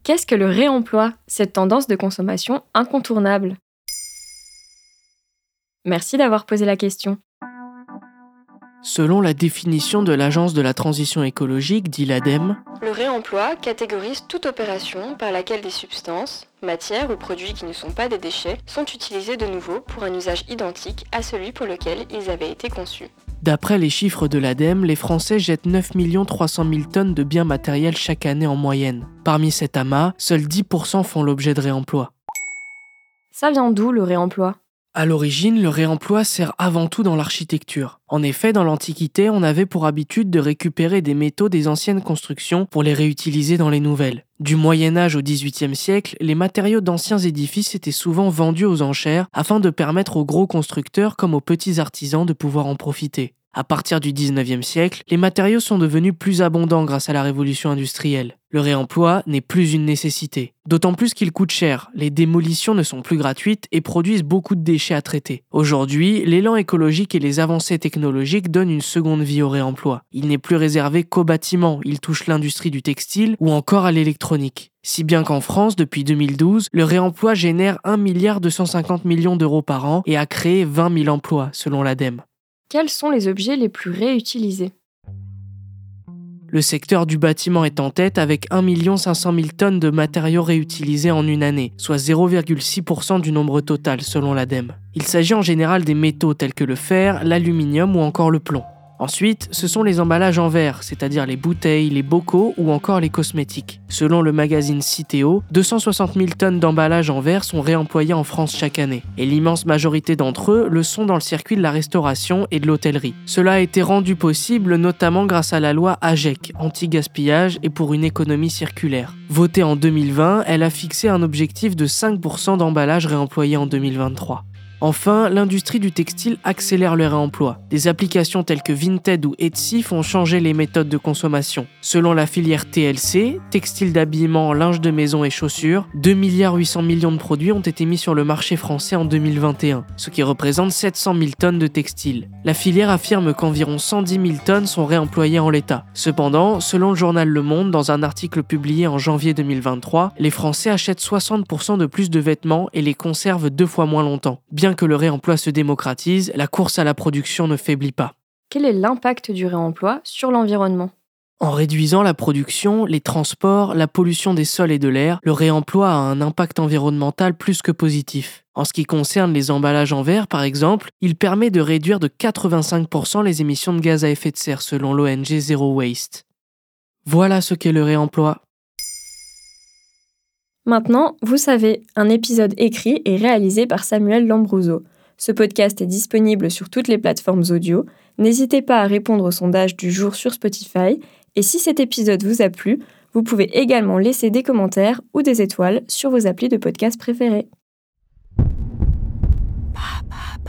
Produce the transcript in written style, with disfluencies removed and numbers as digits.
Qu'est-ce que le réemploi, cette tendance de consommation incontournable? Merci d'avoir posé la question. Selon la définition de l'Agence de la transition écologique, dit l'ADEME, Le réemploi catégorise toute opération par laquelle des substances, matières ou produits qui ne sont pas des déchets sont utilisés de nouveau pour un usage identique à celui pour lequel ils avaient été conçus. D'après les chiffres de l'ADEME, les Français jettent 9 300 000 tonnes de biens matériels chaque année en moyenne. Parmi cet amas, seuls 10% font l'objet de réemploi. Ça vient d'où le réemploi? À l'origine, le réemploi sert avant tout dans l'architecture. En effet, dans l'Antiquité, on avait pour habitude de récupérer des métaux des anciennes constructions pour les réutiliser dans les nouvelles. Du Moyen-Âge au XVIIIe siècle, les matériaux d'anciens édifices étaient souvent vendus aux enchères afin de permettre aux gros constructeurs comme aux petits artisans de pouvoir en profiter. À partir du XIXe siècle, les matériaux sont devenus plus abondants grâce à la révolution industrielle. Le réemploi n'est plus une nécessité. D'autant plus qu'il coûte cher, les démolitions ne sont plus gratuites et produisent beaucoup de déchets à traiter. Aujourd'hui, l'élan écologique et les avancées technologiques donnent une seconde vie au réemploi. Il n'est plus réservé qu'aux bâtiments, il touche l'industrie du textile ou encore à l'électronique. Si bien qu'en France, depuis 2012, le réemploi génère 1,250 milliard d'euros par an et a créé 20 000 emplois, selon l'ADEME. Quels sont les objets les plus réutilisés? Le secteur du bâtiment est en tête avec 1 500 000 tonnes de matériaux réutilisés en une année, soit 0,6% du nombre total selon l'ADEME. Il s'agit en général des métaux tels que le fer, l'aluminium ou encore le plomb. Ensuite, ce sont les emballages en verre, c'est-à-dire les bouteilles, les bocaux ou encore les cosmétiques. Selon le magazine Citeo, 260 000 tonnes d'emballages en verre sont réemployés en France chaque année. Et l'immense majorité d'entre eux le sont dans le circuit de la restauration et de l'hôtellerie. Cela a été rendu possible notamment grâce à la loi AGEC, anti-gaspillage et pour une économie circulaire. Votée en 2020, elle a fixé un objectif de 5% d'emballages réemployés en 2023. Enfin, l'industrie du textile accélère le réemploi. Des applications telles que Vinted ou Etsy font changer les méthodes de consommation. Selon la filière TLC, textile d'habillement, linge de maison et chaussures, 2,8 milliards de produits ont été mis sur le marché français en 2021, ce qui représente 700 000 tonnes de textiles. La filière affirme qu'environ 110 000 tonnes sont réemployées en l'état. Cependant, selon le journal Le Monde, dans un article publié en janvier 2023, les Français achètent 60% de plus de vêtements et les conservent 2 fois moins longtemps. Bien que le réemploi se démocratise, la course à la production ne faiblit pas. Quel est l'impact du réemploi sur l'environnement? En réduisant la production, les transports, la pollution des sols et de l'air, le réemploi a un impact environnemental plus que positif. En ce qui concerne les emballages en verre, par exemple, il permet de réduire de 85% les émissions de gaz à effet de serre selon l'ONG Zero Waste. Voilà ce qu'est le réemploi. Maintenant, vous savez, un épisode écrit et réalisé par Samuel Lambrouzo. Ce podcast est disponible sur toutes les plateformes audio. N'hésitez pas à répondre au sondage du jour sur Spotify. Et si cet épisode vous a plu, vous pouvez également laisser des commentaires ou des étoiles sur vos applis de podcast préférés.